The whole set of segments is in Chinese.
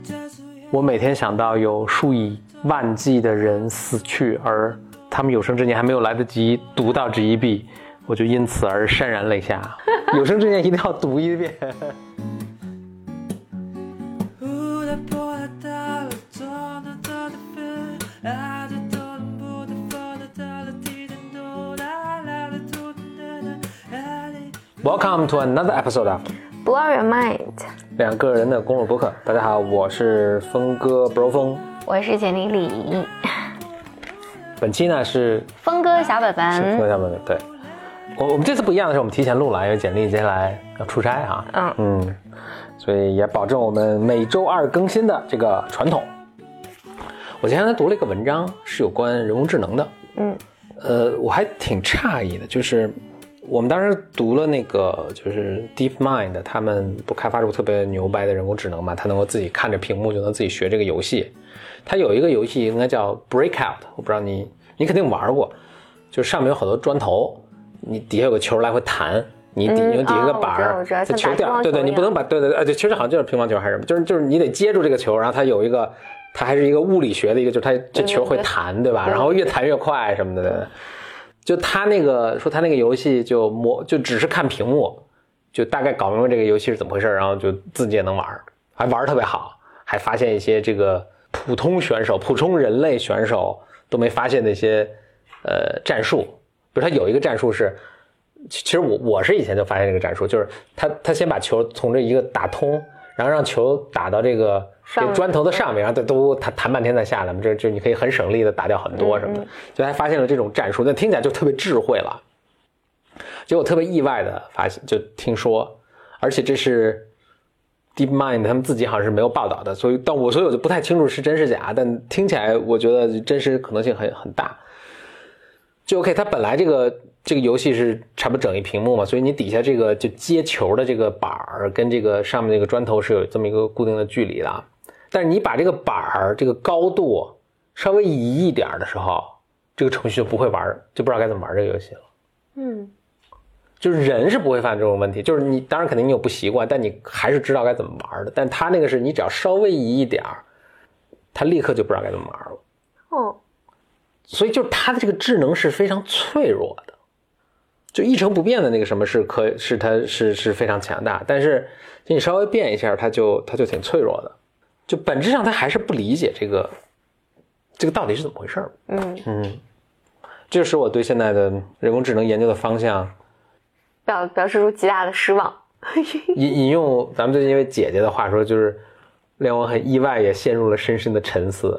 我每天想到有数以万计的人死去，而他们有生之年还没有来得及读到这一笔，我就因此而潸然泪下。有生之年一定要读一遍。Welcome to another episode of Blow Your Mind， 两个人的公路播客。大家好，我是峰哥 Bro 峰， 我是简丽丽。 本期呢是峰哥小本本， 峰哥小本本。对，我们这次不一样的是，我们提前录了，因为简丽接下来要出差啊。所以也保证我们每周二更新的这个传统。我前两天读了一个文章，是有关人工智能的。我还挺诧异的，就是我们当时读了那个就是 DeepMind， 他们不开发出特别牛掰的人工智能嘛，它能够自己看着屏幕就能自己学这个游戏。它有一个游戏应该叫 Breakout， 我不知道你肯定玩过，就上面有很多砖头，你底下有个球来回弹，你底下个板儿，这球掉，对，你不能把对，其实好像就是乒乓球还是什么，就是你得接住这个球，然后它有一个，它还是一个物理学的一个，就是它这球会弹，对吧？然后越弹越快什么的。就他那个说他那个游戏就只是看屏幕，就大概搞明白这个游戏是怎么回事，然后就自己也能玩，还玩得特别好，还发现一些这个普通人类选手都没发现的一些战术。比如他有一个战术是，其实我是以前就发现这个战术，就是他先把球从这一个打通，然后让球打到这个砖头的上面，然后他弹半天再下来嘛，这你可以很省力的打掉很多什么的，就还发现了这种战术，但听起来就特别智慧了。结果特别意外的发现，就听说，而且这是 DeepMind 他们自己好像是没有报道的，所以我就不太清楚是真是假，但听起来我觉得真实可能性很大。就 OK， 它本来这个游戏是差不多整一屏幕嘛，所以你底下这个就接球的这个板儿跟这个上面这个砖头是有这么一个固定的距离的。但是你把这个板儿这个高度稍微移一点的时候，这个程序就不会玩，就不知道该怎么玩这个游戏了。就是人是不会犯这种问题，就是你当然肯定你有不习惯，但你还是知道该怎么玩的。但他那个是你只要稍微移一点，他立刻就不知道该怎么玩了。所以就是它的这个智能是非常脆弱的，就一成不变的那个什么它是非常强大，但是你稍微变一下，它就挺脆弱的，就本质上它还是不理解这个到底是怎么回事。这是我对现在的人工智能研究的方向表示出极大的失望。 引用咱们最近一位姐姐的话说，就是令我很意外，也陷入了深深的沉思。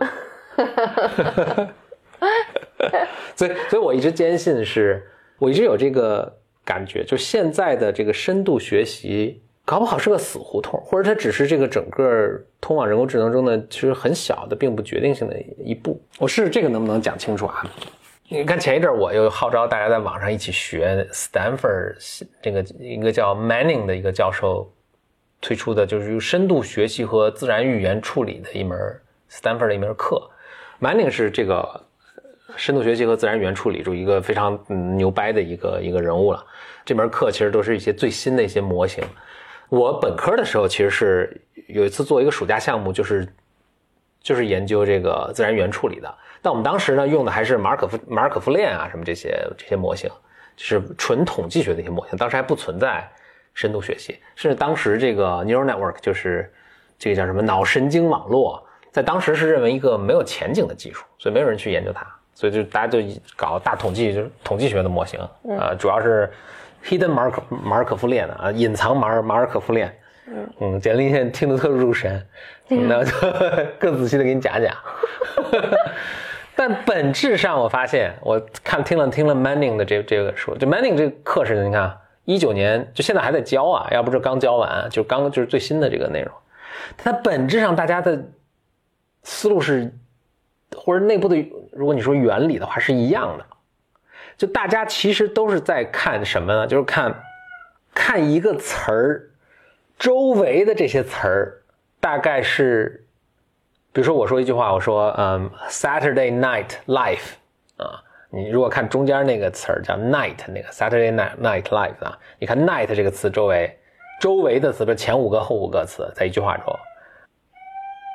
所以我一直坚信我一直有这个感觉，就现在的这个深度学习搞不好是个死胡同，或者它只是这个整个通往人工智能中的其实很小的并不决定性的一步。我试试这个能不能讲清楚啊？你看前一阵我又号召大家在网上一起学 Stanford 这个一个叫 Manning 的一个教授推出的，就是用深度学习和自然语言处理的一门 Stanford 的一门课。Manning 是这个深度学习和自然语言处理中一个非常牛掰的一个人物了。这门课其实都是一些最新的一些模型。我本科的时候其实是有一次做一个暑假项目，就是研究这个自然语言处理的。但我们当时呢用的还是马尔可夫链啊什么这些模型，就是纯统计学的一些模型，当时还不存在深度学习，甚至当时这个 neural network 就是这个叫什么脑神经网络，在当时是认为一个没有前景的技术，所以没有人去研究它，所以就大家就搞大统计，就是统计学的模型，主要是 hidden 马尔可夫链啊，隐藏马尔可夫链。简历现在听得特入神，那就更仔细的给你讲讲。但本质上我发现，我听了 Manning 的这个书，就 Manning 这个课是你看19年，就现在还在教啊，要不是刚教完，就是最新的这个内容。它本质上大家的思路是，或者内部的，如果你说原理的话是一样的，就大家其实都是在看什么呢？就是看一个词儿周围的这些词儿，大概是，比如说我说一句话，我说Saturday Night Live 啊，你如果看中间那个词儿叫 night， 那个 Saturday Night Live 啊，你看 night 这个词周围的词，比如前5个后5个词，在一句话中，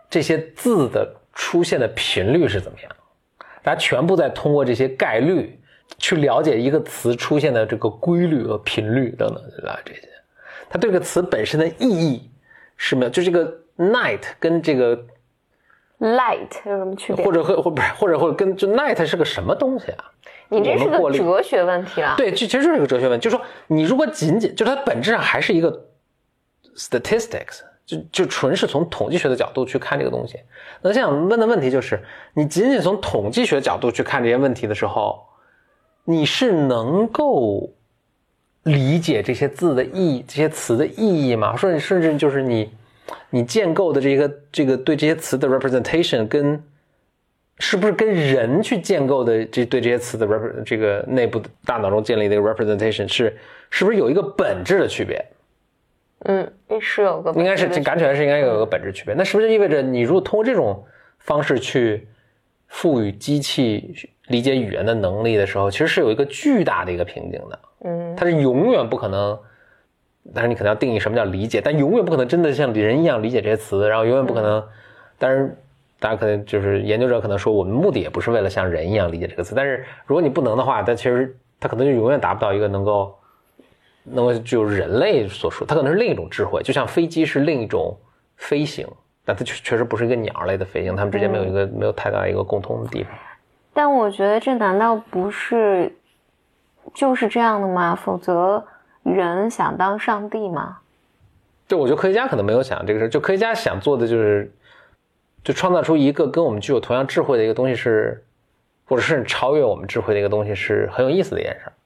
这些字的出现的频率是怎么样，大家全部在通过这些概率去了解一个词出现的这个规律和频率等等这些。它对这个词本身的意义是没有，就这个 night 跟这个 light 有什么区别？ 或者跟就 night 是个什么东西啊？ 你这是个哲学问题了。 对，其实就是个哲学问题，就是说你如果仅就它本质上还是一个 statistics， 就纯是从统计学的角度去看这个东西。那想问的问题就是，你仅仅从统计学角度去看这些问题的时候，你是能够理解这些字的意义、这些词的意义吗？甚至就是你建构的这个对这些词的 representation 跟是不是跟人去建构的对这些词的这个内部大脑中建立的 representation 是不是有一个本质的区别？ 是有个本质的区别， 应该是感觉是应该有个本质区别。那是不是意味着你如果通过这种方式去赋予机器理解语言的能力的时候，其实是有一个巨大的一个瓶颈的。它是永远不可能，但是你可能要定义什么叫理解，但永远不可能真的像人一样理解这些词，然后永远不可能，当然大家可能就是研究者可能说我们目的也不是为了像人一样理解这个词，但是如果你不能的话，但其实它可能就永远达不到一个能够具有人类所说，它可能是另一种智慧，就像飞机是另一种飞行，但它确实不是一个鸟类的飞行，它们之间没有太大一个共通的地方。 但我觉得这难道不是就是这样的吗？否则人想当上帝吗？ 就我觉得科学家可能没有想这个事，就科学家想做的就创造出一个跟我们具有同样智慧的一个东西是，或者是超越我们智慧的一个东西是很有意思的一件事。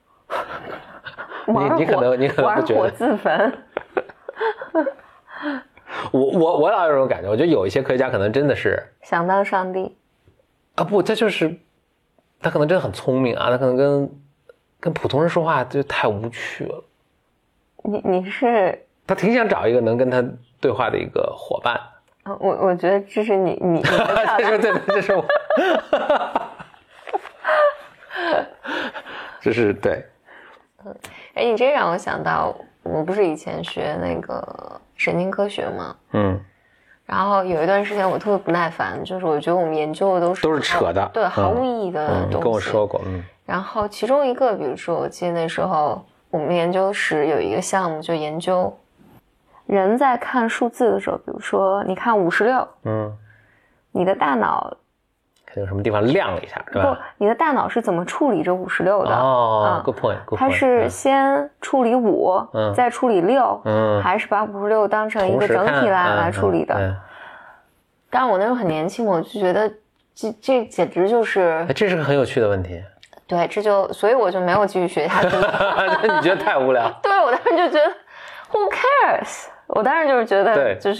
你可能不觉得。玩火自焚。 我老有这种感觉，我觉得有一些科学家可能真的是想当上帝啊，不，他可能真的很聪明啊，他可能跟普通人说话就太无趣了。 你是他挺想找一个能跟他对话的一个伙伴。 我觉得这是你这是我，这是对。 你这让我想到，我不是以前学那个神经科学吗？然后有一段时间我特别不耐烦，就是我觉得我们研究的都是扯的，对，毫无意义的东西。 跟我说过， 然后其中一个，比如说我记得那时候我们研究室有一个项目，就研究人在看数字的时候，比如说你看56，你的大脑肯定有什么地方亮了一下，对吧？ 不，你的大脑是怎么处理这56的？ good point。 它是先处理5，再处理6，还是把56当成一个整体来处理的？但是我那时候很年轻，我就觉得这简直就是， 这是个很有趣的问题。 对，所以我就没有继续学下去。 你觉得太无聊？ 对，我当时就觉得 ，Who cares？ 我当时就是觉得，就是。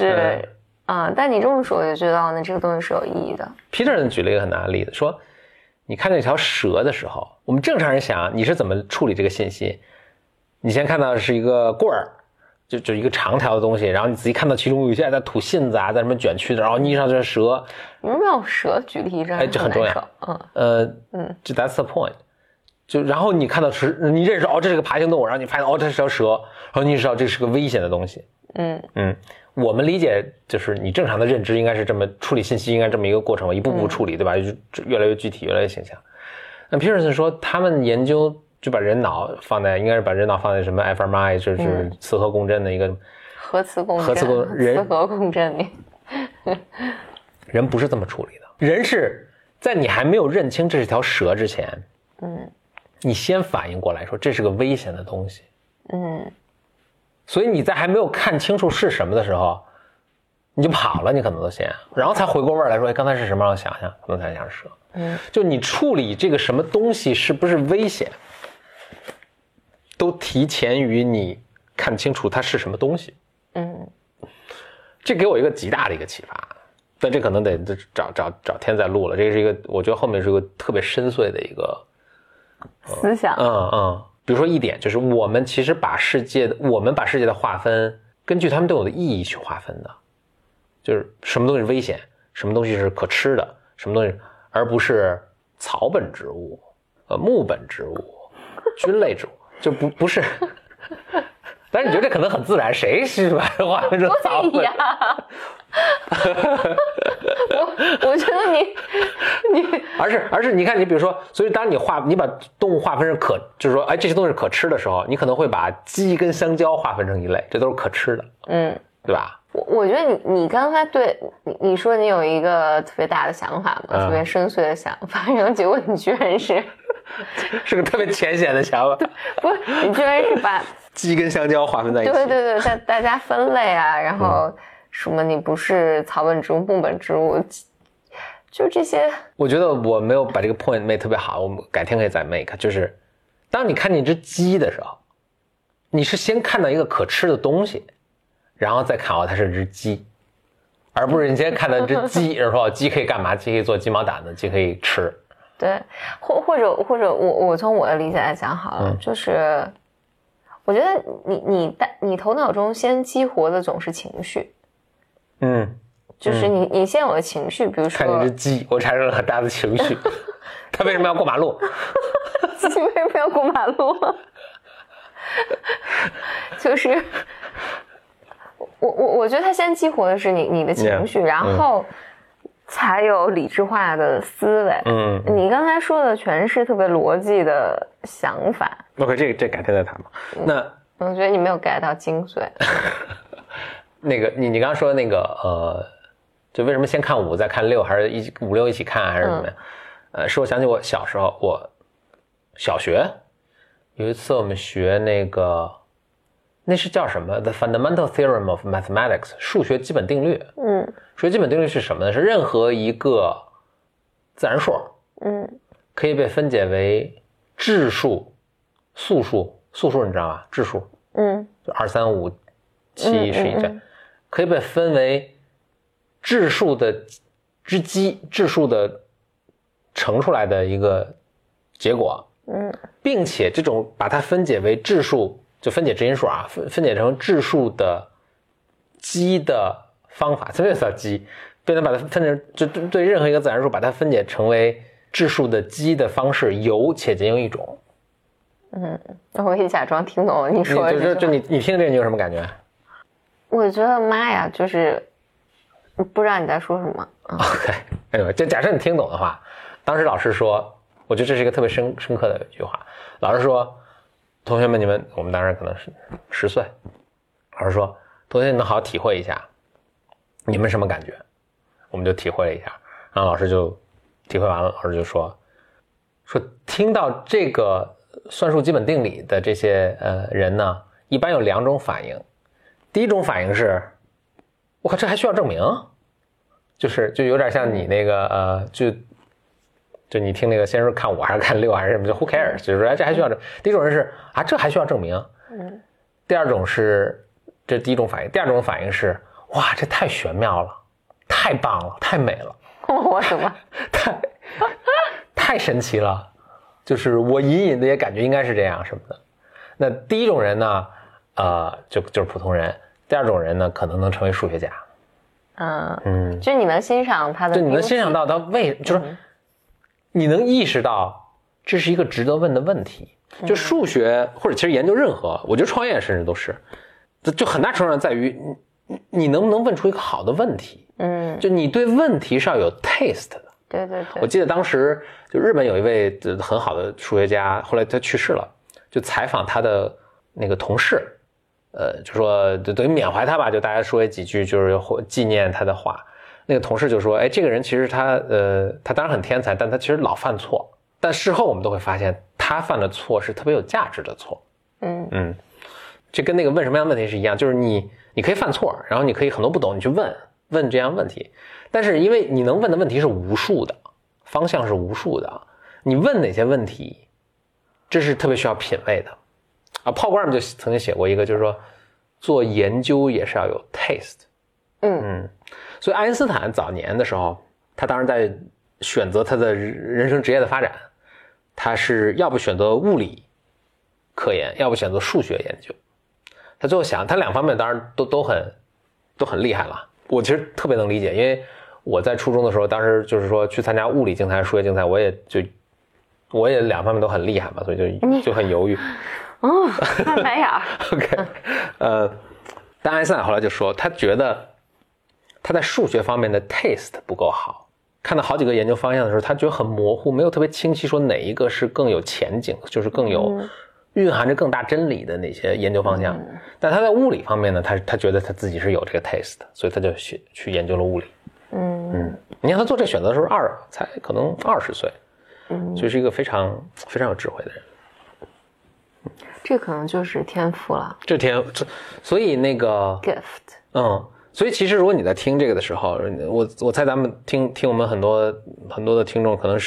但你这么说我就知道那这个东西是有意义的。 Peterson 举了一个很大的例子，说你看那条蛇的时候，我们正常人想你是怎么处理这个信息，你先看到是一个棍儿，就一个长条的东西，然后你仔细看到其中有些在吐信子啊，在什么卷曲的，然后你意识到这是蛇。 你为什么要蛇举例这？ 这很重要。就 that's the point。就然后你看到你认识这是个爬行动物，然后你发现这是条蛇，然后你意识到这是个危险的东西。我们理解就是你正常的认知应该是这么处理信息，应该这么一个过程，一步步处理，对吧？就越来越具体，越来越形象。那 Peterson 说，他们研究就把人脑放在，应该是把人脑放在什么 fMRI， 就是磁核共振的一个核磁共振里。 人不是这么处理的，人是在你还没有认清这是条蛇之前，你先反应过来说这是个危险的东西，所以你在还没有看清楚是什么的时候，你就跑了，你可能都先，然后才回过味儿来说，刚才是什么？让我想想，可能才想是蛇。就你处理这个什么东西是不是危险，都提前于你看清楚它是什么东西。这给我一个极大的一个启发，但这可能得找天再录了。这是一个，我觉得后面是一个特别深邃的一个思想。 比如说一点就是我们其实把世界的划分根据他们对我的意义去划分的，就是什么东西是危险，什么东西是可吃的，什么东西，而不是草本植物、木本植物、菌类植物，就不是但是你觉得这可能很自然，谁是把它划分成草本？ 我觉得你， 而是你看，你比如说，所以当你把动物划分成就是说，哎，这些东西是可吃的时候，你可能会把鸡跟香蕉划分成一类，这都是可吃的，对吧？ 我觉得你刚才对你说你有一个特别大的想法嘛，特别深邃的想法，然后结果你居然是个特别浅显的想法， 不是你居然是把鸡跟香蕉划分在一起， 对，大家分类啊，然后什么你不是草本植物、木本植物，就这些。 我觉得我没有把这个 point make 特别好，我们改天可以再 make。就是当你看见一只鸡的时候，你是先看到一个可吃的东西，然后再看它是只鸡，而不是你先看到一只鸡，然后说鸡可以干嘛？鸡可以做鸡毛掸子，鸡可以吃。 对，或者我从我的理解来讲好了，就是我觉得你头脑中先激活的总是情绪。就是你先有了情绪，比如说看见只鸡，我产生了很大的情绪。它为什么要过马路？ 鸡为什么要过马路？就是我觉得它先激活的是你的情绪，然后才有理智化的思维。你刚才说的全是特别逻辑的想法。 OK， 这改天再谈吧。那我觉得你没有 get 到精髓。 那个你刚刚说那个就为什么先看5再看6，还是5、6一起看，还是怎么样？使我想起我小时候，我小学有一次我们学那是叫什么 The Fundamental Theorem of Mathematics 数学基本定律。数学基本定律是什么呢？是任何一个自然数，可以被分解为质数、素数你知道吧？质数，就2、3、5、7、11这，可以被分为质数的之积，质数的乘出来的一个结果，并且这种把它分解为质数，就分解质因数啊，分解成质数的积的方法，这就叫积，并且把它分成，就对任何一个自然数把它分解成为质数的积的方式有且仅有一种。 我可以假装听懂了你说的。 就你听这个你有什么感觉？ 我觉得妈呀，就是不知道你在说什么。 OK， 就假设你听懂的话，当时老师说，我觉得这是一个特别深刻的一句话。老师说，同学们，我们当时可能是10岁，老师说，同学们能好好体会一下，你们什么感觉？我们就体会了一下，然后老师就体会完了，老师就说听到这个算术基本定理的这些人呢，一般有2种反应。第一种反应是，我靠，这还需要证明？就有点像你那个就你听那个先是看5还是看6还是什么，就 who cares， 就是说这还需要证。第一种人是这还需要证明。第二种是，这第一种反应。第二种反应是，哇，这太玄妙了，太棒了，太美了。 我什么？ 太神奇了，就是我隐隐的也感觉应该是这样什么的。那第一种人呢，就是普通人。第二种人呢，可能能成为数学家。 就你能欣赏他的， 就你能欣赏到他就是你能意识到这是一个值得问的问题。就数学或者其实研究任何，我觉得创业甚至都是，就很大程度上在于你能不能问出一个好的问题。就你对问题是要有 taste 的。 对。 我记得当时就日本有一位很好的数学家，后来他去世了，就采访他的那个同事。就说就等于缅怀他吧，就大家说几句，就是纪念他的话。那个同事就说，哎，这个人其实他当然很天才，但他其实老犯错。但事后我们都会发现，他犯的错是特别有价值的错。这跟那个问什么样的问题是一样，就是你可以犯错，然后你可以很多不懂，你去问这样问题。但是因为你能问的问题是无数的，方向是无数的，你问哪些问题，这是特别需要品味的。Paul Graham 就曾经写过一个，就是说做研究也是要有 taste。所以爱因斯坦早年的时候，他当然在选择他的人生职业的发展，他是要不选择物理科研，要不选择数学研究。他最后想，他2方面当然都很厉害了。我其实特别能理解，因为我在初中的时候，当时就是说去参加物理竞赛、数学竞赛，我也2方面都很厉害嘛，所以就很犹豫。 哦，翻白眼儿。 OK， 但爱因斯坦后来就说，他觉得他在数学方面的 taste 不够好。看到好几个研究方向的时候，他觉得很模糊，没有特别清晰说哪一个是更有前景，就是更有蕴含着更大真理的那些研究方向。但他在物理方面呢，他觉得他自己是有这个 taste 的，所以他就去研究了物理。你看他做这个选择的时候才可能20岁，所以是一个非常非常有智慧的人。 这可能就是天赋了。 所以那个 gift。 所以其实如果你在听这个的时候，我猜咱们听我们很多的听众可能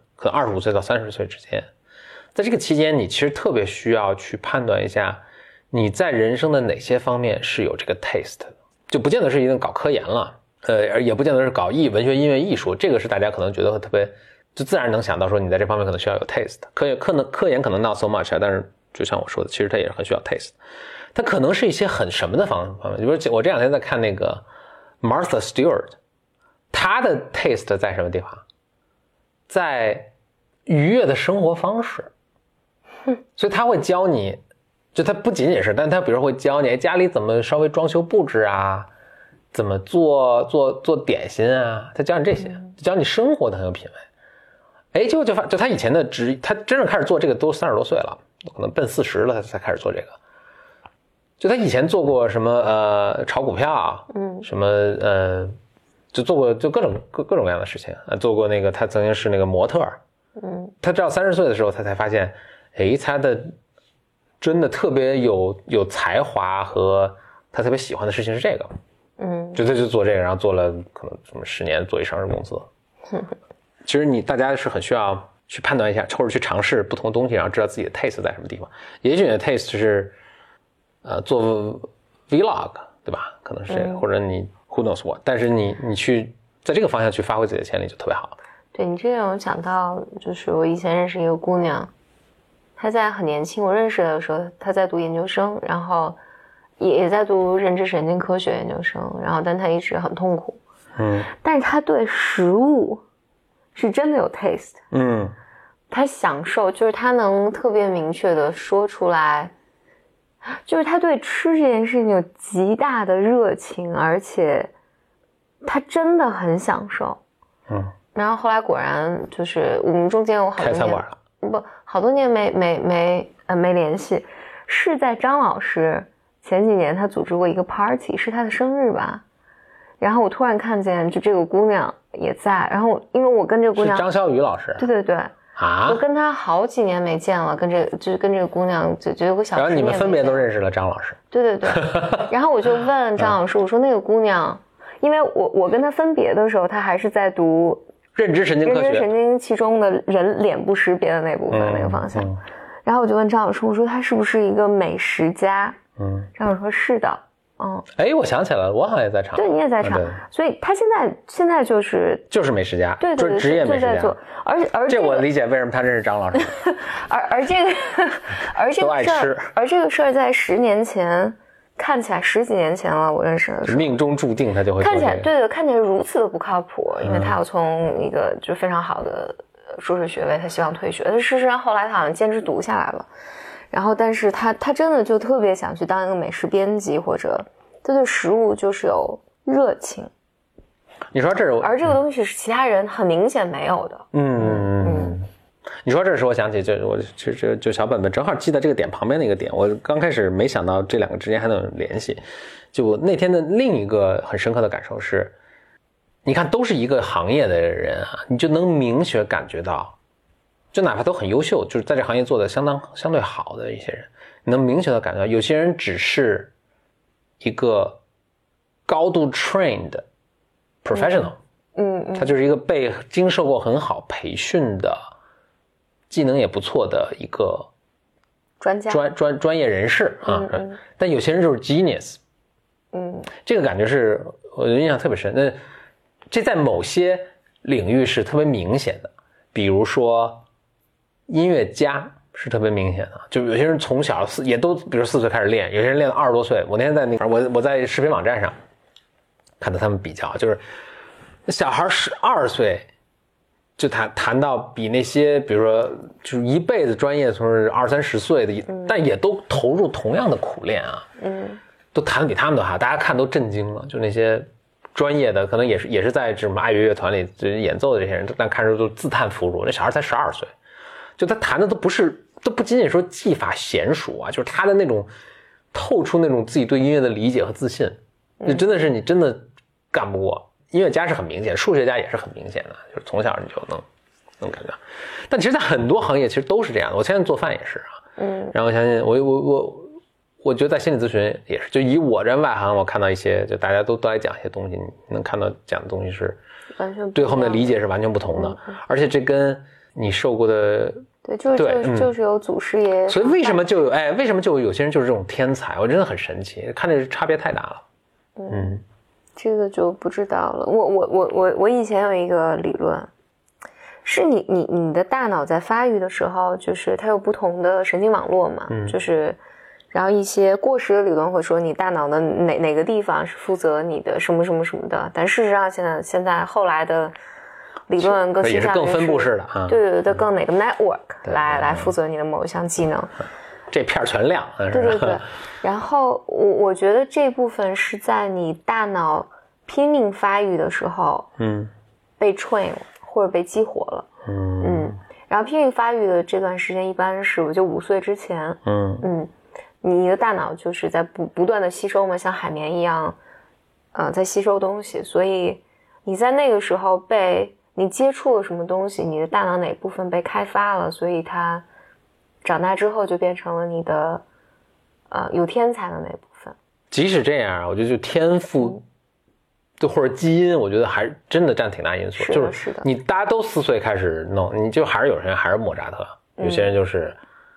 25岁到30岁之间，在这个期间你其实特别需要去判断一下你在人生的哪些方面是有这个 taste 的，就不见得是一定搞科研了，也不见得是搞文学音乐艺术，这个是大家可能觉得特别就自然能想到说你在这方面可能需要有 taste， 科研可能 not so much， 但是就像我说的，其实它也是很需要 taste。它可能是一些很什么的方面，比如我这两天在看那个 Martha Stewart， 她的 taste 在什么地方？在愉悦的生活方式。所以她会教你，就她不仅仅是，但她比如说会教你家里怎么稍微装修布置啊，怎么做点心啊，她教你这些，教你生活的很有品味。就她以前的她真正开始做这个都30多岁了，可能奔40了她才开始做这个。就他以前做过什么炒股票，什么就做过就各种各样的事情啊，做过那个他曾经是那个模特，他直到30岁的时候他才发现，他的真的特别有才华和他特别喜欢的事情是这个，他就做这个，然后做了可能什么10年做一上市公司。其实大家是很需要去判断一下，或者去尝试不同的东西，然后知道自己的 taste 在什么地方。也许你的 taste 是做 vlog， 对吧？可能是这个，或者你 who knows what， 但是你去在这个方向去发挥自己的潜力就特别好。 对，你这让我想到，就是我以前认识一个姑娘，她在很年轻，我认识的时候她在读研究生，然后也在读认知神经科学研究生，然后但她一直很痛苦，但是她对食物是真的有 taste，她享受，就是她能特别明确的说出来。就是他对吃这件事情有极大的热情，而且他真的很享受。然后后来果然就是我们中间有好多年开餐馆了，好多年没联系。是在张老师前几年他组织过一个 party， 是他的生日吧。然后我突然看见就这个姑娘也在，然后因为我跟这个姑娘是张小雨老师， 对。我跟她好几年没见了，跟这个姑娘就有个小时。 然后你们分别都认识了张老师。 对。然后我就问张老师，我说那个姑娘，因为我跟她分别的时候，她还是在读认知神经科学， 认知神经其中的人脸部识别的那部分那个方向。然后我就问张老师，我说她是不是一个美食家？张老师说是的。 我想起来了，我好像也在场。 对，你也在场。所以他现在就是美食家， 对， 职业美食家。 而这我理解为什么他认识张老师。 而这个事儿在10年前看起来10几年前了，我认识的时候命中注定他就会看起来看起来如此的不靠谱，因为他要从一个就非常好的硕士学位，他希望退学，但事实上后来他好像坚持读下来了。然后但是他真的就特别想去当一个美食编辑，或者他对食物就是有热情。 你说这是而这个东西是其他人很明显没有的。 你说这时我想起就小本本正好记在这个点旁边那个点，我刚开始没想到这两个之间还能有联系。就那天的另一个很深刻的感受是，你看都是一个行业的人啊，你就能明确感觉到，就哪怕都很优秀，就是在这行业做的相对好的一些人，你能明确的感觉到有些人只是一个高度 trained professional，他就是一个被经受过很好培训的技能也不错的一个专家专业人士啊。但有些人就是 genius，这个感觉是我印象特别深。那这在某些领域是特别明显的，比如说音乐家是特别明显的，就有些人从小也都比如4岁开始练，有些人练到20多岁。我那天在我在视频网站上看到他们比较，就是小孩12岁就谈到比那些比如说就是一辈子专业从事20-30岁的，但也都投入同样的苦练啊，都谈得比他们都好，大家看都震惊了。就那些专业的，可能也是在什么爱乐乐团里演奏的这些人，但看着都自叹弗如。那小孩才12岁，就他弹的都不仅仅说技法娴熟啊，就是他的那种透出那种自己对音乐的理解和自信，那真的是你真的干不过。音乐家是很明显，数学家也是很明显的，就是从小你就能感觉到。但其实在很多行业其实都是这样的，我现在做饭也是啊，然后我相信我觉得在心理咨询也是，就以我这外行，我看到一些就大家都在讲一些东西，你能看到讲的东西是完全对后面的理解是完全不同的，而且这跟你受过的就是有祖师爷， 所以为什么就有些人就是这种天才，我真的很神奇，看这差别太大了。 这个就不知道了。我以前有一个理论，是你的大脑在发育的时候，就是它有不同的神经网络嘛，就是然后一些过时的理论会说你大脑的哪个地方是负责你的什么什么什么的，但事实上现在后来的理论更也是更分布式的啊， 对，更哪个 network 来负责你的某一项技能， 这片全亮， 对。然后我觉得这部分是在你大脑拼命发育的时候，被 train 或者被激活了，然后拼命发育的这段时间一般是我就5岁之前，你的大脑就是在不断的吸收嘛，像海绵一样，在吸收东西，所以你在那个时候你接触了什么东西，你的大脑哪部分被开发了，所以它长大之后就变成了你的有天才的那部分。 即使这样，我觉得就天赋就或者基因，我觉得还是真的占挺大因素。就是你大家都4岁开始弄，你就还是有人还是莫扎特，有些人就是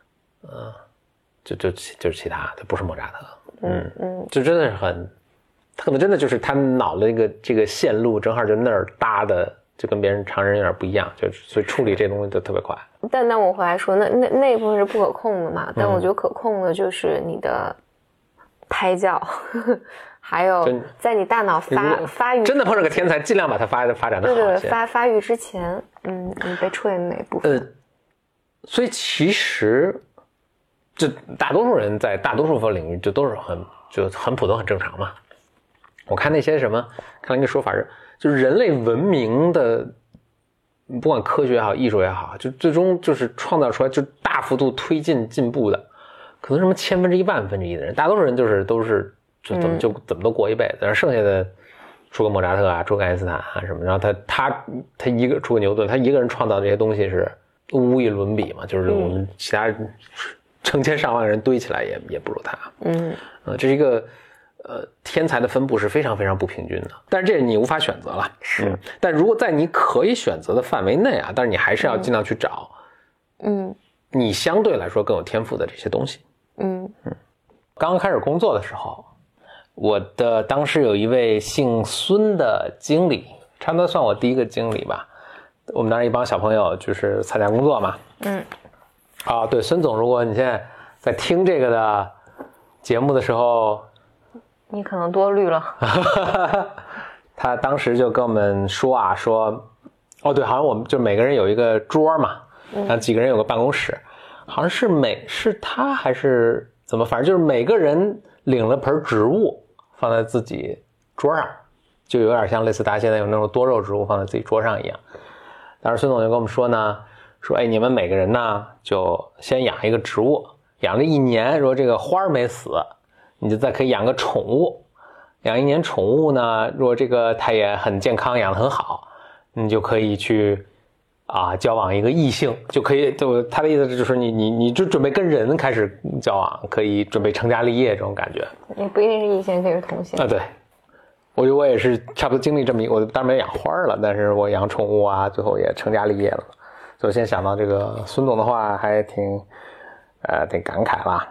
就是其他，就不是莫扎特。就真的是他可能真的就是他脑的这个线路正好就那儿搭的，就跟别人常人有点不一样，就所以处理这东西就特别快。 但我回来说，那一部分是不可控的嘛？但我觉得可控的就是你的胎教，还有在你大脑发育， 真的碰上个天才，尽量把它发展的好一些。 对，发育之前，你被train哪部分？ 所以其实，就大多数人在大多数领域就都是很普通、很正常嘛。我看那些看了一个说法是，就是人类文明的，不管科学也好，艺术也好，就最终就是创造出来就大幅度推进步的，可能什么1/1000、1/10000的人，大多数人都是就怎么都过一辈子，然后剩下的出个莫扎特啊，出个爱因斯坦啊什么，然后他一个出个牛顿，他一个人创造这些东西是无以伦比嘛，就是我们其他成千上万人堆起来也不如他。这是一个天才的分布是非常非常不平均的，但是这你无法选择了。 是， 但如果在你可以选择的范围内啊，但是你还是要尽量去找，你相对来说更有天赋的这些东西。刚刚开始工作的时候，我的当时有一位姓孙的经理，差不多算我第一个经理吧。我们当时一帮小朋友就是参加工作嘛。对，孙总，如果你现在在听这个的节目的时候， 你可能多虑了。 他当时就跟我们说，对，好像我们就每个人有一个桌嘛，然后几个人有个办公室，好像是他还是怎么，反正就是每个人领了盆植物放在自己桌上，就有点像类似大家现在有那种多肉植物放在自己桌上一样。当时孙总就跟我们说呢，你们每个人呢就先养一个植物，养了1年，如果这个花没死，你就再可以养个宠物，养1年宠物呢，如果这个它也很健康，养得很好，你就可以去交往一个异性，就可以，就他的意思就是你就准备跟人开始交往，可以准备成家立业这种感觉。 也不一定是异性，可以是同性。 对，我觉得我也是差不多经历这么我当然没养花了，但是我养宠物啊，最后也成家立业了。所以我现在想到这个孙总的话，还挺感慨啦。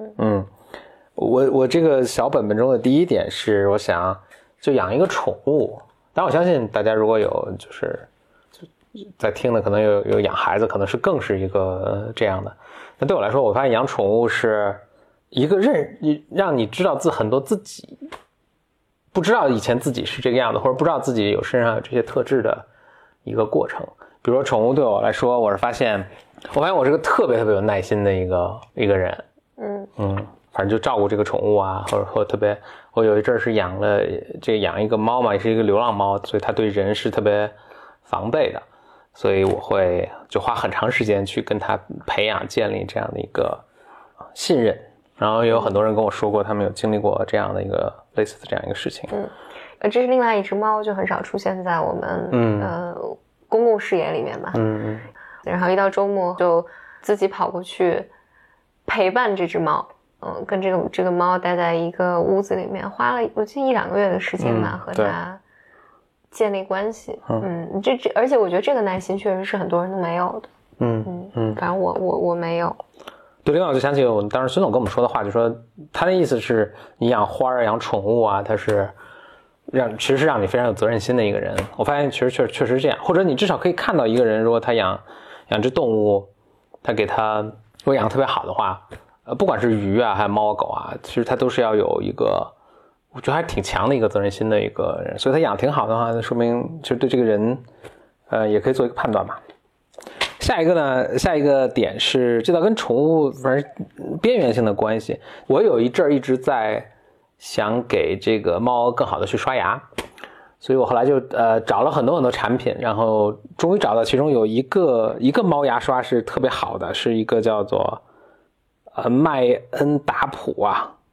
我这个小本本中的第一点是，我想就养一个宠物。但我相信大家如果有就是在听的，可能有养孩子，可能是更是一个这样的。但对我来说，我发现养宠物是一个让你知道很多自己不知道以前自己是这个样子，或者不知道自己身上有这些特质的一个过程。 比如说宠物对我来说，我发现我是个特别有耐心的一个人。反正就照顾这个宠物啊，或特别，我有一阵是养一个猫嘛，也是一个流浪猫，所以它对人是特别防备的，所以我会就花很长时间去跟它培养建立这样的一个信任。然后也有很多人跟我说过，他们有经历过这样的一个类似的这样一个事情。 这是另外一只猫，就很少出现在我们公共视野里面吧。然后一到周末就自己跑过去陪伴这只猫。跟这个猫待在一个屋子里面，花了我记得1-2个月的时间吧，和它建立关系。而且我觉得这个耐心确实是很多人都没有的。反正我没有。 对，另外我就想起我当时孙总跟我们说的话，就说他的意思是，你养花啊、养宠物啊，他是其实是让你非常有责任心的一个人。我发现确实是这样，或者你至少可以看到一个人，如果他养只动物，他给他如果养得特别好的话。不管是鱼啊还是猫狗啊，其实他都是要有一个我觉得还挺强的一个责任心的一个人，所以他养挺好的话，那说明其实对这个人也可以做一个判断吧。下一个点是这倒跟宠物反正边缘性的关系。我有一阵儿一直在想给这个猫更好的去刷牙，所以我后来就找了很多产品，然后终于找到其中有一个猫牙刷是特别好的，是一个叫做麦恩达普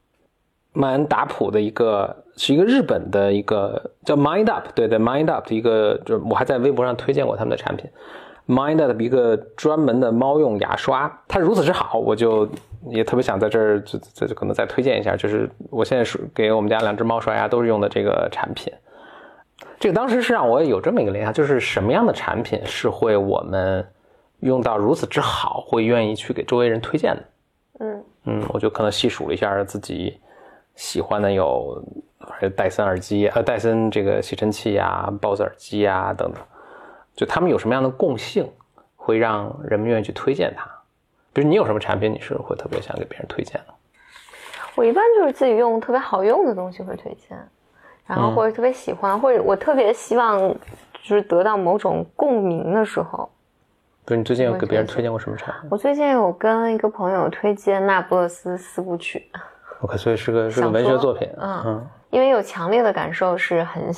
的是一个日本的一个叫 Mind Up， 对 Mind Up 的一个，就我还在微博上推荐过他们的产品 Mind Up 的一个专门的猫用牙刷，它如此之好，我就也特别想在这儿就可能再推荐一下，就是我现在给我们家2只猫刷牙都是用的这个产品。这个当时是让我有这么一个联想，就是什么样的产品是会我们用到如此之好会愿意去给周围人推荐的。我就可能细数了一下自己喜欢的有戴森耳机戴森这个吸尘器啊 BOSS 耳机啊等等，就他们有什么样的共性会让人们愿意去推荐它。比如你有什么产品你是会特别想给别人推荐的？ 我一般就是自己用特别好用的东西会推荐，然后或者特别喜欢或者我特别希望就是得到某种共鸣的时候。 对，你最近有给别人推荐过什么产品？ 我最近有跟一个朋友推荐那不勒斯4部曲。 OK， 所以是个文学作品。 因为有强烈的感受是很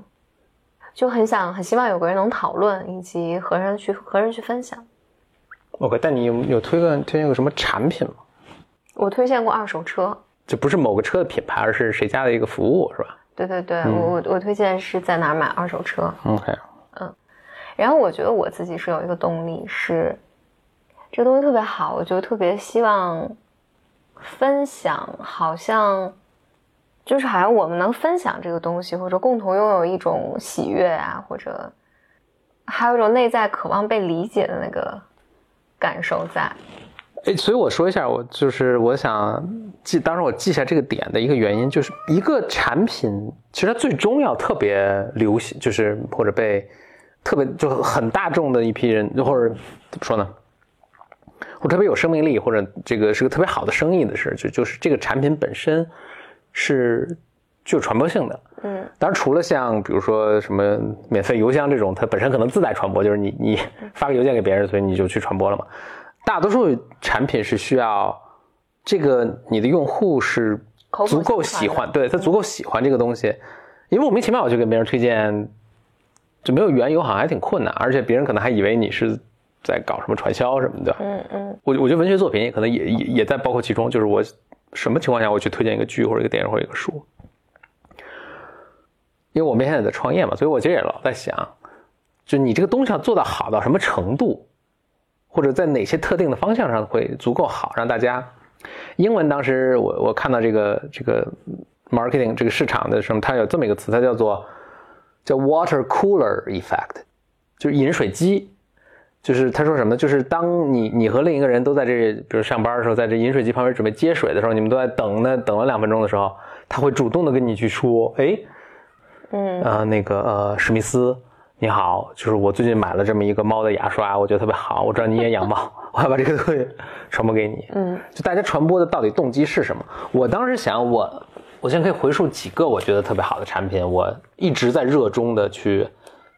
希望有个人能讨论，以及和人去分享。 OK， 但你有推荐过什么产品吗？ 我推荐过二手车， 就不是某个车的品牌，而是谁家的一个服务，是吧？ 对，我推荐是在哪儿买二手车。 OK。 然后我觉得我自己是有一个动力，是这个东西特别好，我就特别希望分享，好像我们能分享这个东西，或者共同拥有一种喜悦啊，或者还有一种内在渴望被理解的那个感受在。 所以我说一下，我想当时我记下这个点的一个原因，就是一个产品其实它最终要特别流行，就是或者被特别就很大众的一批人，或者怎么说呢，或者特别有生命力，或者这个是个特别好的生意的事，就是这个产品本身是具有传播性的。当然除了像比如说什么免费邮箱这种，它本身可能自带传播，就是你发个邮件给别人，所以你就去传播了嘛。大多数产品是需要这个你的用户是足够喜欢，对，他足够喜欢这个东西，因为莫名其妙我就给别人推荐。就没有缘由好像还挺困难，而且别人可能还以为你是在搞什么传销什么的。我觉得文学作品也可能也在包括其中，就是我什么情况下我去推荐一个剧或者一个电影或者一个书。因为我们现在在创业嘛，所以我其实也老在想，就你这个东西要做到好到什么程度，或者在哪些特定的方向上会足够好，让大家。英文当时我看到这个 marketing 这个市场的时候，它有这么一个词，它叫 water cooler effect， 就是饮水机。就是他说什么，就是当你和另一个人都在这比如上班的时候，在这饮水机旁边准备接水的时候，你们都在等了2分钟的时候，他会主动的跟你去说，史密斯你好，就是我最近买了这么一个猫的牙刷，我觉得特别好，我知道你也养猫，我要把这个东西传播给你。就大家传播的到底动机是什么？我当时想我现在可以回溯几个我觉得特别好的产品，我一直在热衷的去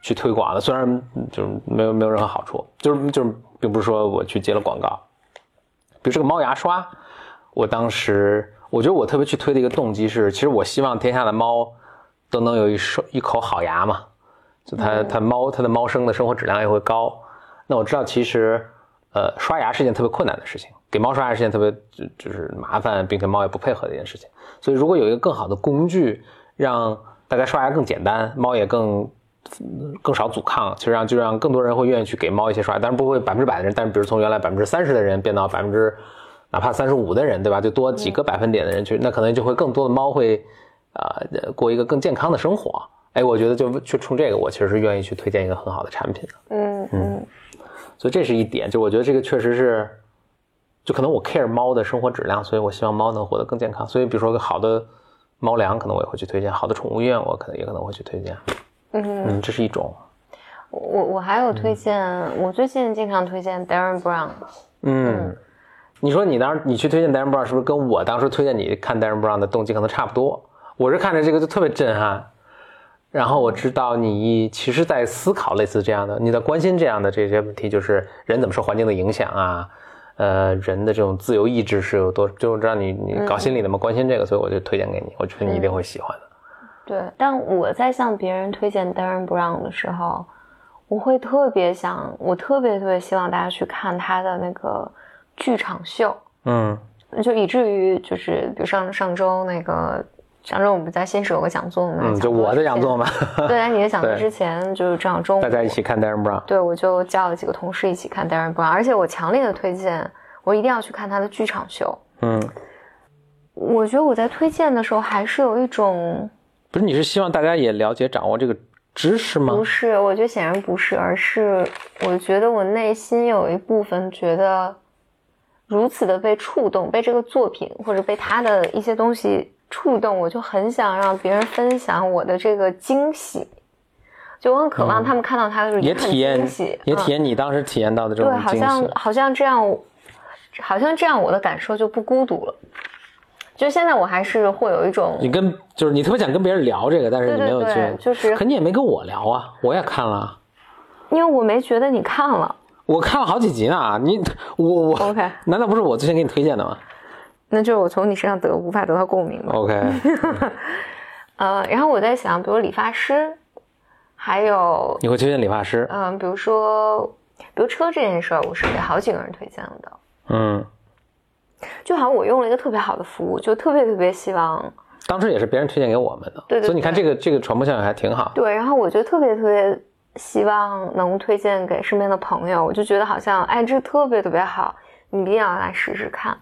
去推广的，虽然就是没有任何好处，就是并不是说我去接了广告。比如这个猫牙刷，我当时我觉得我特别去推的一个动机是，其实我希望天下的猫都能有一口好牙嘛，就它的猫生的生活质量也会高。那我知道其实刷牙是一件特别困难的事情，给猫刷牙是一件特别就是麻烦，并且猫也不配合的一件事情。所以如果有一个更好的工具，让大家刷牙更简单，猫也更少阻抗，其实就让更多人会愿意去给猫一些刷牙。当然不会100%的人，但是比如从原来30%的人变到哪怕35%的人，对吧？就多几个百分点的人去，那可能就会更多的猫会过一个更健康的生活。哎，我觉得就冲这个，我其实是愿意去推荐一个很好的产品的。所以这是一点，就我觉得这个确实是，就可能我 care 猫的生活质量，所以我希望猫能活得更健康。所以比如说好的猫粮，可能我也会去推荐；好的宠物医院，我也可能会去推荐。这是一种。 我还有推荐，我最近经常推荐 Darren Brown。 你说你去推荐 Darren Brown， 是不是跟我当时推荐你看 Darren Brown 的动机可能差不多？我是看着这个就特别震撼，然后我知道你其实在思考类似这样的，你在关心这样的这些问题，就是人怎么受环境的影响啊，人的这种自由意志是有多，就知道你搞心理的嘛，关心这个，所以我就推荐给你，我觉得你一定会喜欢的。 对，但我在向别人推荐 Darren Brown 的时候，我会特别希望大家去看他的那个剧场秀。就以至于就是比如上周我们在新市有个讲座嘛， 就我的讲座嘛。 对，在你的讲座之前，就是这样中午大家一起看 Darren Brown。 对，我就叫了几个同事一起看 Darren Brown， 而且我强烈的推荐，我一定要去看他的剧场秀。我觉得我在推荐的时候还是有一种， 不是，你是希望大家也了解掌握这个知识吗？ 不是，我觉得显然不是，而是我觉得我内心有一部分觉得如此的被触动，被这个作品或者被他的一些东西触动，我就很想让别人分享我的这个惊喜，就我很渴望他们看到他的时候也很惊喜， 也体验你当时体验到的这种惊喜。 对，好像这样我的感受就不孤独了。就现在我还是会有一种， 就是你特别想跟别人聊这个，但是你没有去， 对，就是可你也没跟我聊啊，我也看了， 因为我没觉得你看了， 我看了好几集呢，我 OK， 难道不是我之前给你推荐的吗？ 那就是我从你身上无法得到共鸣了。 OK， 然后我在想，比如理发师，还有你会推荐理发师？ 比如车这件事儿，我是给好几个人推荐的。就好像我用了一个特别好的服务，就特别希望。 当时也是别人推荐给我们的，对，所以你看这个传播效应还挺好。 对，然后我就特别希望能推荐给身边的朋友，我就觉得好像这特别好，你一定要来试试看。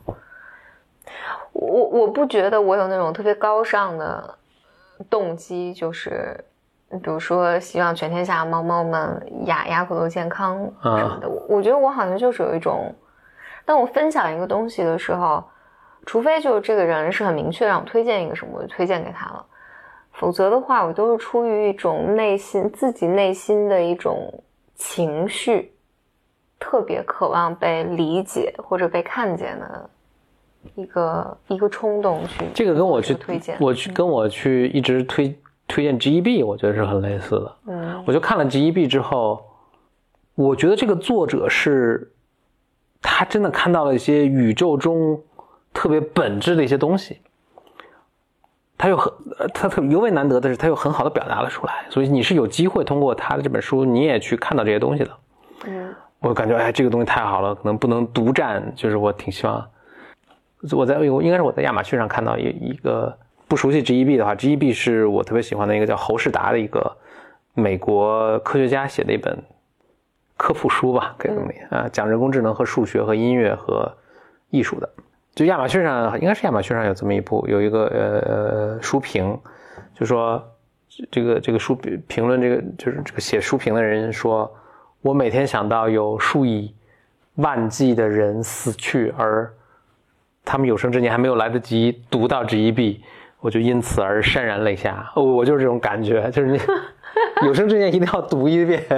我不觉得我有那种特别高尚的动机，就是比如说希望全天下猫们牙口都健康什么的。我觉得我好像就是有一种，当我分享一个东西的时候，除非就是这个人是很明确让我推荐一个什么，我就推荐给他了，否则的话我都是出于一种自己内心的一种情绪，特别渴望被理解或者被看见的一个冲动去。 这个跟我去推荐， 跟我去一直推荐 GEB， 我觉得是很类似的。我就看了 GEB 之后，我觉得这个作者是他真的看到了一些宇宙中特别本质的一些东西，他特别尤为难得的是他又很好的表达了出来，所以你是有机会通过他的这本书你也去看到这些东西的。我感觉这个东西太好了，可能不能独占，就是我挺希望应该是我在亚马逊上看到一个，不熟悉 GEB 的话， GEB 是我特别喜欢的一个叫侯世达的一个美国科学家写的一本科普书吧，可以这么理解，讲人工智能和数学和音乐和艺术的。就亚马逊上，应该是亚马逊上有这么有一个书评，就说这个书评论就是这个写书评的人说，我每天想到有数以万计的人死去，而他们有生之年还没有来得及读到 GEB， 我就因此而潸然泪下。我就是这种感觉，就是你有生之年一定要读一遍。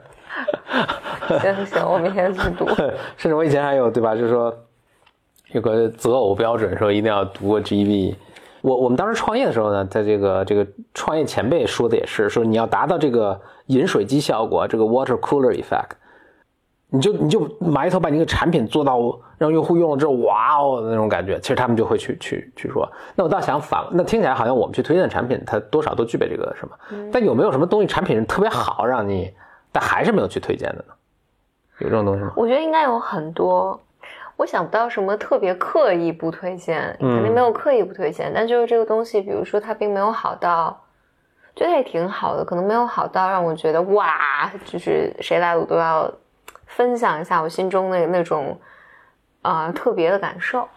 行，我明天去读。 甚至我以前还有，对吧，就是说有个择偶标准，说一定要读过 GEB。 我们当时创业的时候呢，在这个创业前辈说的也是，说你要达到这个饮水机效果，这个 water cooler effect， 你就埋头把你这个产品做到让用户用了之后哇哦的那种感觉，其实他们就会去说。那我倒想反了，那听起来好像我们去推荐的产品它多少都具备这个什么，但有没有什么东西产品是特别好让你但还是没有去推荐的呢？有这种东西吗？ 我觉得应该有很多，我想不到什么特别刻意不推荐，肯定没有刻意不推荐，但就是这个东西，比如说它并没有好到，觉得也挺好的，可能没有好到让我觉得哇，就是谁来我都要分享一下我心中的那种特别的感受。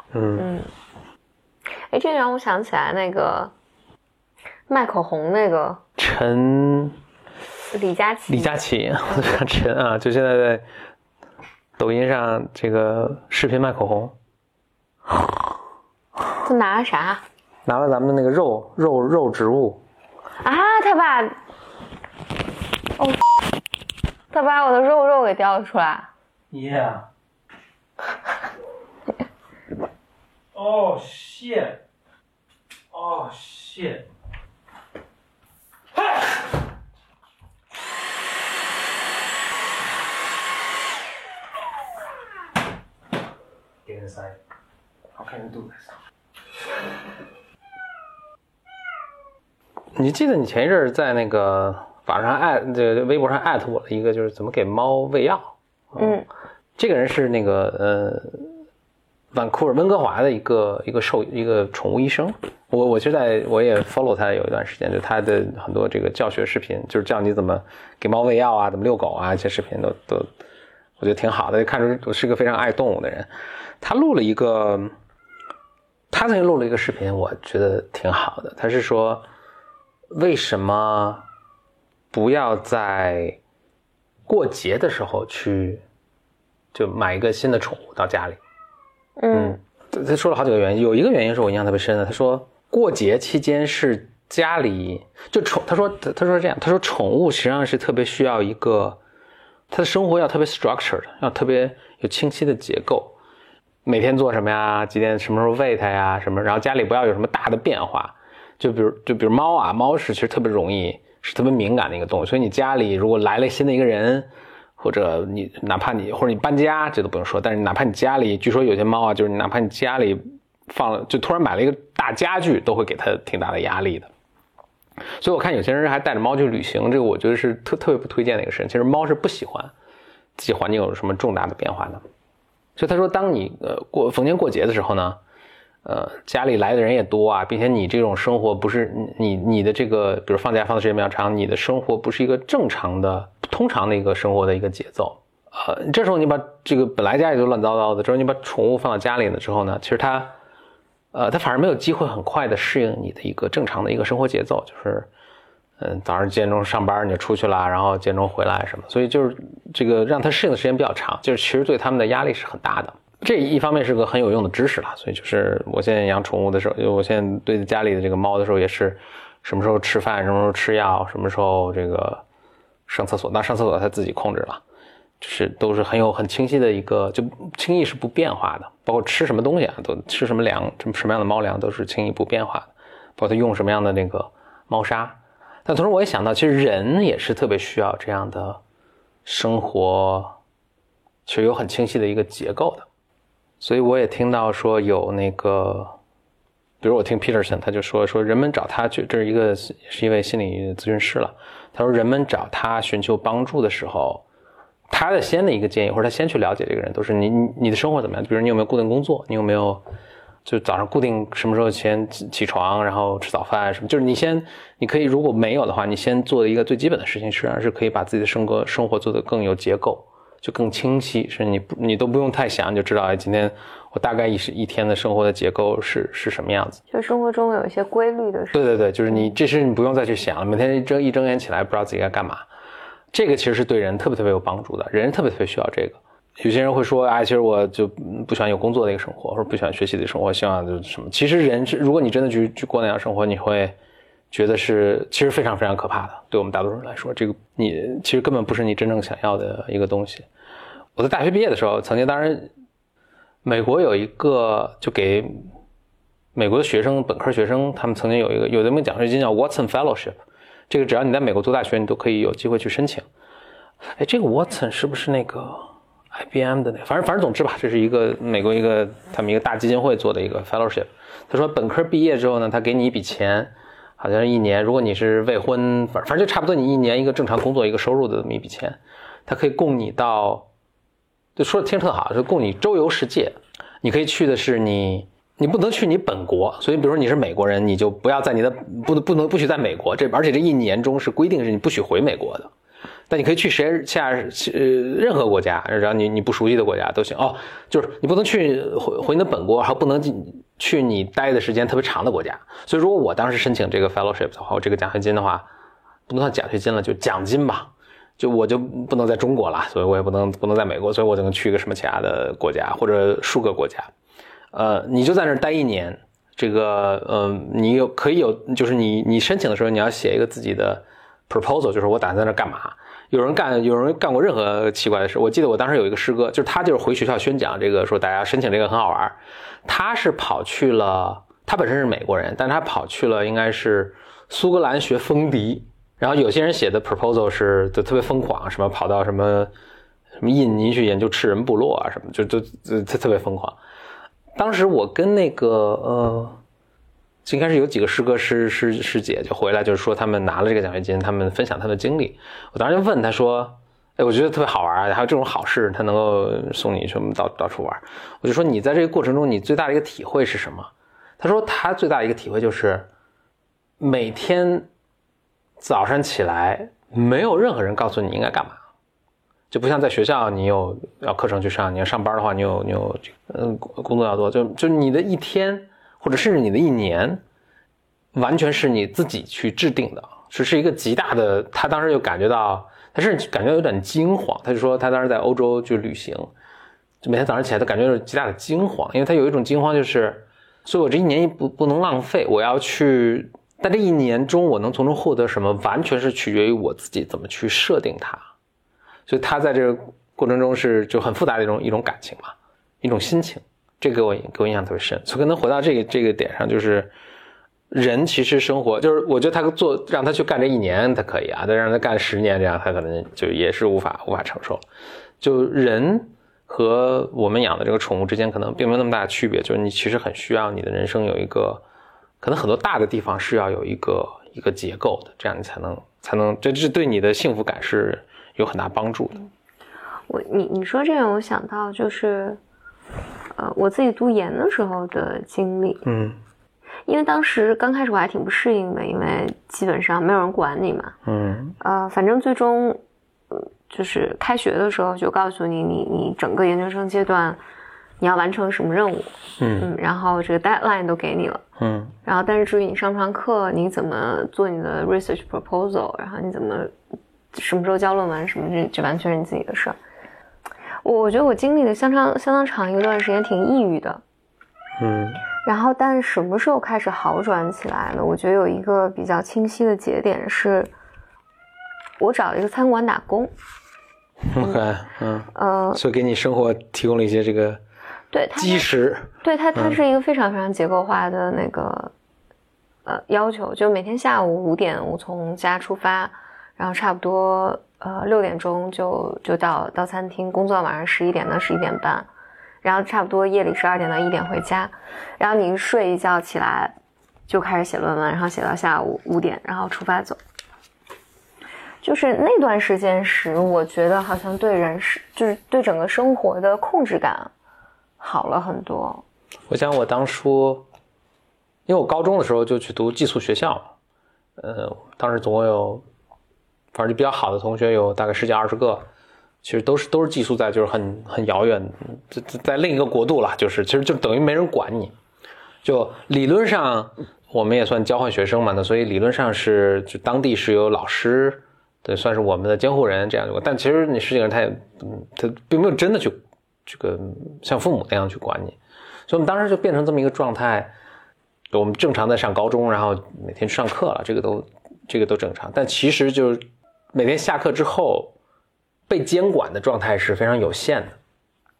这让我想起来那个卖口红那个李佳琦， 陈啊，就现在在抖音上这个视频卖口红， 他拿了啥？ 拿了咱们的那个肉植物啊，他把我的肉给叼了出来。 Yeah. Oh shit. Oh shit. Get inside. How can you do this? 你记得你前一阵在那个网上这个微博上艾特我了一个，就是怎么给猫喂药。这个人是那个温哥华的一个宠物医生。我其实我也 follow 他有一段时间，就他的很多这个教学视频，就是教你怎么给猫喂药啊，怎么遛狗啊，这些视频都我觉得挺好的，看出我是个非常爱动物的人。他曾经录了一个视频，我觉得挺好的。他是说为什么不要在过节的时候就买一个新的宠物到家里。他说了好几个原因，有一个原因是我印象特别深的，他说过节期间是家里他说这样，他说宠物实际上是特别需要一个他的生活要特别 structured， 要特别有清晰的结构，每天做什么呀，几点什么时候喂它呀什么，然后家里不要有什么大的变化。就比如猫啊，猫其实特别容易是特别敏感的一个动物，所以你家里如果来了新的一个人，或者或者你搬家，这都不用说，但是哪怕你家里，据说有些猫啊，就是哪怕你家里就突然买了一个大家具，都会给它挺大的压力的。所以我看有些人还带着猫去旅行，这个我觉得是特别不推荐的一个事情。其实猫是不喜欢自己环境有什么重大的变化的。所以他说，当你逢年过节的时候呢，家里来的人也多啊，并且你这种生活不是你的这个，比如放假放的时间比较长，你的生活不是一个正常的、通常的一个生活的一个节奏。这时候你把这个本来家里都乱糟糟的，之后你把宠物放到家里了之后呢，其实它反而没有机会很快的适应你的一个正常的一个生活节奏，就是早上几点钟上班你就出去了，然后几点钟回来什么，所以就是这个让它适应的时间比较长，就是其实对他们的压力是很大的。这一方面是个很有用的知识了，所以就是我现在养宠物的时候，我现在对家里的这个猫的时候也是什么时候吃饭，什么时候吃药，什么时候这个上厕所，那上厕所它自己控制了，就是都是很清晰的一个，就轻易是不变化的，包括吃什么东西啊，都吃什么粮，什么样的猫粮都是轻易不变化的，包括它用什么样的那个猫砂。但同时我也想到，其实人也是特别需要这样的生活，其实有很清晰的一个结构的。所以我也听到说有那个，比如我听 Peterson 他就说人们找他去，这是一位心理咨询师了，他说人们找他寻求帮助的时候，他的先的一个建议，或者他先去了解这个人，都是你的生活怎么样，比如你有没有固定工作，你有没有就早上固定什么时候先起床，然后吃早饭什么，就是你可以如果没有的话，你先做的一个最基本的事情，实际上是可以把自己的生活做得更有结构，就更清晰，是你都不用太想，你就知道今天我大概一天的生活的结构是什么样子， 就生活中有一些规律的事。 对，就是这事你不用再去想了，每天一睁眼起来不知道自己该干嘛，这个其实是对人特别特别有帮助的，人特别特别需要这个。有些人会说其实我就不喜欢有工作的一个生活，或者不喜欢学习的一个生活，希望就是什么，其实如果你真的去过那样生活，你会觉得其实非常非常可怕的，对我们大多数人来说，这个你其实根本不是你真正想要的一个东西。我在大学毕业的时候，曾经当然美国有一个就给美国的学生，本科学生，他们曾经有的门奖学金叫 Watson Fellowship， 这个只要你在美国读大学，你都可以有机会去申请。哎，这个 Watson 是不是那个 IBM 的那个？反正总之吧，这是一个美国他们一个大基金会做的一个 Fellowship。他说本科毕业之后呢，他给你一笔钱，好像是1年，如果你是未婚，反正就差不多你1年一个正常工作一个收入的这么一笔钱，它可以供你到，就说的听着特好，就供你周游世界。你可以去的是你不能去你本国，所以比如说你是美国人，你就不要在你的不许在美国，而且这1年中是规定是你不许回美国的。但你可以去任何国家，只要你不熟悉的国家都行。哦，就是你不能去回你的本国，还不能去你待的时间特别长的国家。所以如果我当时申请这个 fellowship 的话，我这个奖学金的话，不能算奖学金了，就奖金吧。就我就不能在中国了，所以我也不能在美国，所以我就能去一个什么其他的国家或者数个国家。你就在那儿待1年，这个你可以有，就是你申请的时候你要写一个自己的 proposal， 就是我打算在那干嘛。有人干过任何奇怪的事。我记得我当时有一个师哥，就是他就是回学校宣讲这个，说大家申请这个很好玩。他是跑去了，他本身是美国人，但他跑去了应该是苏格兰学风笛。然后有些人写的 proposal 是就特别疯狂，什么跑到什么印尼去研究赤人部落啊什么，就特别疯狂。当时我跟那个应该是有几个师哥师姐就回来，就是说他们拿了这个奖学金，他们分享他们的经历。我当时就问他说，哎，我觉得特别好玩啊，还有这种好事，他能够送你什么到处玩。我就说你在这个过程中你最大的一个体会是什么？他说他最大的一个体会就是每天早上起来没有任何人告诉你应该干嘛，就不像在学校你有要课程去上，你要上班的话你有工作要做，就你的一天或者甚至你的1年完全是你自己去制定的，是一个极大的。他当时就感觉到，他甚至感觉有点惊慌。他就说他当时在欧洲去旅行，就每天早上起来他感觉有极大的惊慌，因为他有一种惊慌就是，所以我这1年不能浪费，我要去，但这1年中我能从中获得什么，完全是取决于我自己怎么去设定它。所以他在这个过程中就很复杂的一种感情嘛，一种心情。这给我印象特别深。所以可能回到这个点上，就是人其实生活，就是我觉得他让他去干这1年他可以啊，但让他干10年这样他可能就也是无法承受。就人和我们养的这个宠物之间可能并没有那么大的区别，就是你其实很需要你的人生有一个，可能很多大的地方是要有一个结构的，这样你才能这对你的幸福感是有很大帮助的。 你说这个我想到就是我自己读研的时候的经历。因为当时刚开始我还挺不适应的，因为基本上没有人管你嘛。反正最终就是开学的时候就告诉你整个研究生阶段你要完成什么任务。然后这个 deadline 都给你了。然后但是至于你上不上课，你怎么做你的 research proposal， 然后你怎么什么时候交论文什么，这完全是你自己的事儿。我觉得我经历了相当长一段时间挺抑郁的。然后但是什么时候开始好转起来了？我觉得有一个比较清晰的节点是我找了一个餐馆打工。 OK， 所以给你生活提供了一些这个基石。 对，它是一个非常非常结构化的那个要求，就每天下午5点我从家出发，然后差不多6点钟就到餐厅工作到晚上11点到11点半，然后差不多夜里12点到1点回家，然后你睡一觉起来就开始写论文，然后写到下午5点，然后出发走。就是那段时间时，我觉得好像就是对整个生活的控制感好了很多。 我想我当初，因为我高中的时候就去读寄宿学校，当时总共有，反正就比较好的同学有大概10几20个，其实都是寄宿在就是很遥远，在另一个国度了，其实就等于没人管你，就理论上我们也算交换学生嘛，那所以理论上就当地是有老师。对，算是我们的监护人这样但其实你10几个人他并没有真的去这个像父母那样去管你，所以我们当时就变成这么一个状态，我们正常在上高中，然后每天去上课了，这个都正常，但其实就是每天下课之后被监管的状态是非常有限的。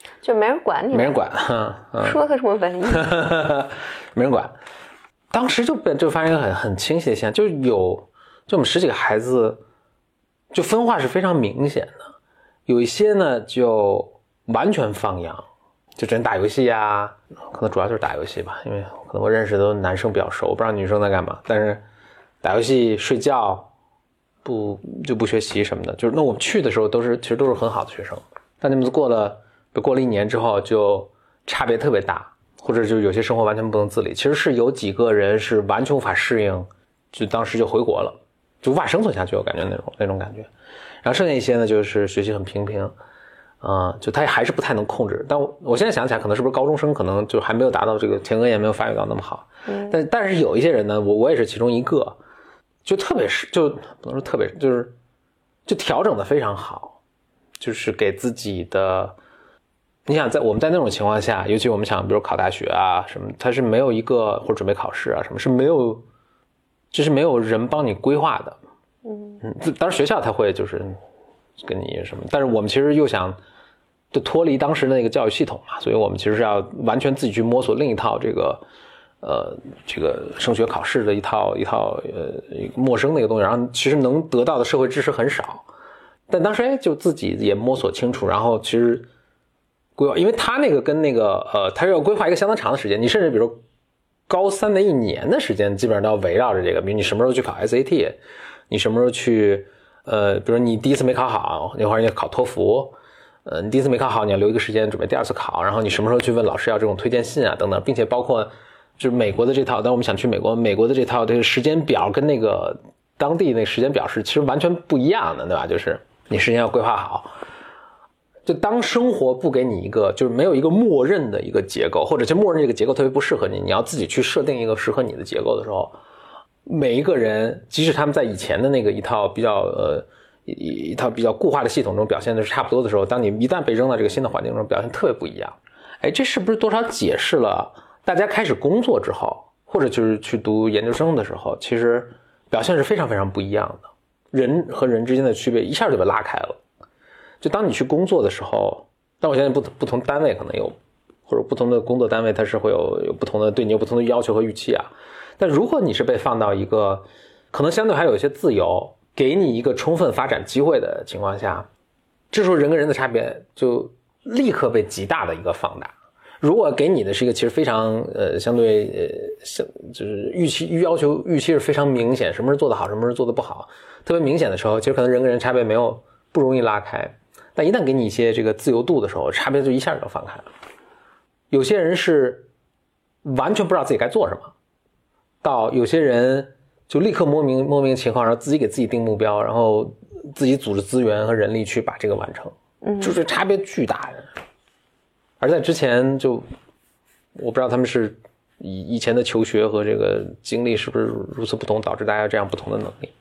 就没人管你， 没人管， 说个什么文艺， 没人管。当时就发现一个很清晰的现象，就我们10几个孩子，就分化是非常明显的。有一些呢就完全放养，就只能打游戏啊，可能主要就是打游戏吧，因为可能我认识的男生比较熟，我不知道女生在干嘛，但是打游戏、睡觉，不学习什么的。就是那我们去的时候其实都是很好的学生，但你们过了1年之后，就差别特别大。或者就有些生活完全不能自理，其实是有几个人是完全无法适应，就当时就回国了，就无法生存下去，我感觉那种感觉。然后剩下一些呢，就是学习很平平，就他还是不太能控制。但我现在想起来，可能是不是高中生可能就还没有达到这个前额叶没有发育到那么好。但是有一些人呢，我也是其中一个，就特别是就不能说特别，就调整的非常好，就是给自己的。你想我们在那种情况下，尤其我们想比如考大学啊什么，它是没有一个或者准备考试啊什么，是没有，就是没有人帮你规划的。当然学校它会就是跟你什么，但是我们其实又想就脱离当时的那个教育系统嘛，所以我们其实是要完全自己去摸索另一套这个升学考试的一套陌生的一个东西，然后其实能得到的社会知识很少，但当时就自己也摸索清楚，然后其实规划，因为他那个跟那个他是要规划一个相当长的时间，你甚至比如高3的1年的时间基本上都要围绕着这个，比如你什么时候去考 SAT， 你什么时候去比如你第一次没考好，那会儿你要考托福，你第一次没考好，你要留一个时间准备第二次考，然后你什么时候去问老师要这种推荐信啊等等，并且包括就是美国的这套，但我们想去美国的这套这个时间表跟那个当地那个时间表是其实完全不一样的，对吧？就是你时间要规划好。就当生活不给你一个，就是没有一个默认的一个结构，或者就默认这个结构特别不适合你，你要自己去设定一个适合你的结构的时候，每一个人即使他们在以前的那个一套比较固化的系统中表现的是差不多的时候，当你一旦被扔到这个新的环境中，表现特别不一样。这是不是多少解释了大家开始工作之后，或者就是去读研究生的时候，其实表现是非常非常不一样的，人和人之间的区别一下就被拉开了。就当你去工作的时候，但我相信不同单位可能有，或者不同的工作单位它是会有不同的对你有不同的要求和预期啊。但如果你是被放到一个可能相对还有一些自由，给你一个充分发展机会的情况下，这时候人跟人的差别就立刻被极大的一个放大。如果给你的是一个其实非常相对就是预期是非常明显，什么是做得好，什么是做得不好，特别明显的时候，其实可能人跟人差别不容易拉开。但一旦给你一些这个自由度的时候，差别就一下就放开了。有些人是完全不知道自己该做什么，到有些人就立刻摸明情况，然后自己给自己定目标，然后自己组织资源和人力去把这个完成，就是差别巨大的。而在之前就我不知道他们是以前的求学和这个经历是不是如此不同，导致大家这样不同的能力。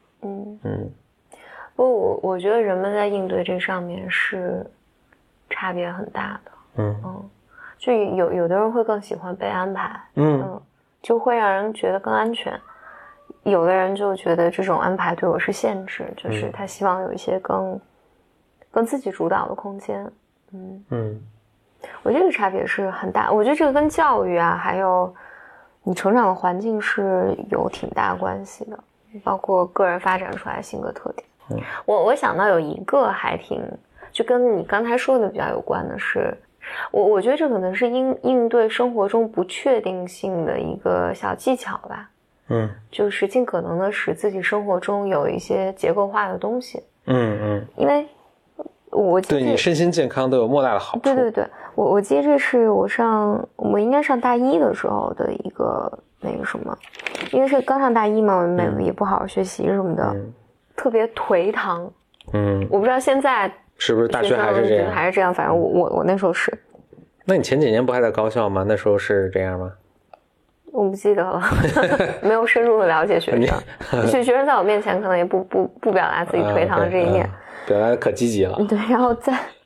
我觉得人们在应对这上面是差别很大的。就有的人会更喜欢被安排，就会让人觉得更安全。有的人就觉得这种安排对我是限制，就是他希望有一些更自己主导的空间。我觉得这个差别是很大。我觉得这个跟教育啊，还有你成长的环境是有挺大关系的，包括个人发展出来的性格特点。我想到有一个还就跟你刚才说的比较有关的是，我觉得这可能是应对生活中不确定性的一个小技巧吧。就是尽可能的使自己生活中有一些结构化的东西。因为我对你身心健康都有莫大的好处。 对，我记得这是我应该上大一的时候的一个那个什么，因为是刚上大一嘛，我也不好好学习什么的，特别颓唐。我不知道现在是不是大学还是这样， 反正我那时候是。 那你前几年不还在高校吗？那时候是这样吗？ 我不记得了，没有深入的了解学生。学生在我面前可能也不表达自己颓唐的这一面， 表达的可积极了。 对，然后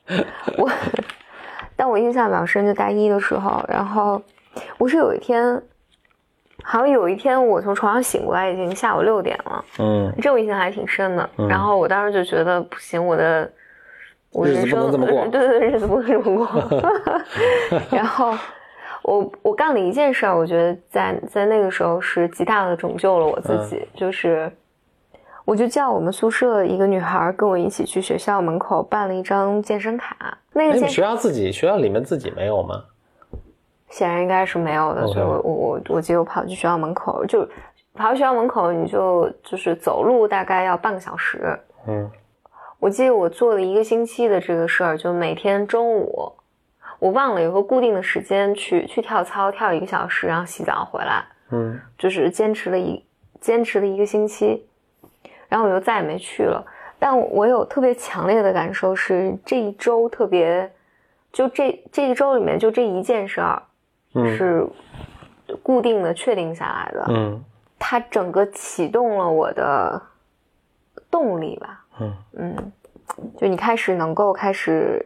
但我印象比较深，就大一的时候，然后我是好像有一天我从床上醒过来，已经下午6点了。这我印象还挺深的。然后我当时就觉得不行，我的日子不能这么过。 对，日子不能这么过。然后我干了一件事儿，我觉得在那个时候是极大的拯救了我自己，就是我就叫我们宿舍一个女孩跟我一起去学校门口办了一张健身卡。那个学校里面自己没有吗？ 显然应该是没有的，所以我记得我跑去学校门口，就跑去学校门口，你就是走路大概要半个小时。我记得我做了1个星期的这个事儿，就每天中午，我忘了有个固定的时间去跳操，跳1个小时，然后洗澡回来。就是坚持了1个星期，然后我就再也没去了。但我有特别强烈的感受是，这一周特别，就这一周里面就这一件事儿。是固定的确定下来的，它整个启动了我的动力吧，就你开始能够开始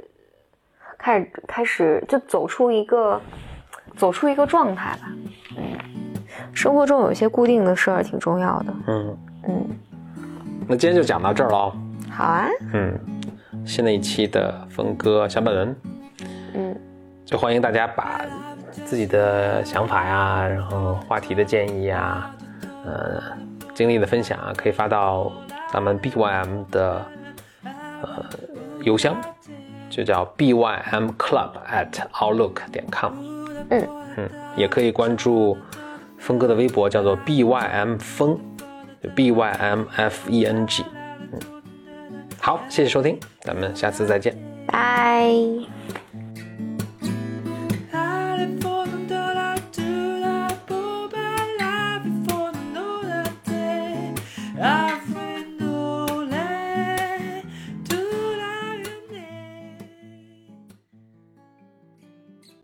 就走出一个状态吧，生活中有一些固定的事儿挺重要的， 那今天就讲到这儿了。 好啊， 新的一期的峰哥小本文，就欢迎大家把自己的想法呀，然后话题的建议呀，经历的分享啊，可以发到咱们 BYM 的邮箱，就叫 bymclub@outlook.com。也可以关注峰哥的微博，叫做 BYM 峰， BYMFENG。好，谢谢收听，咱们下次再见， 拜。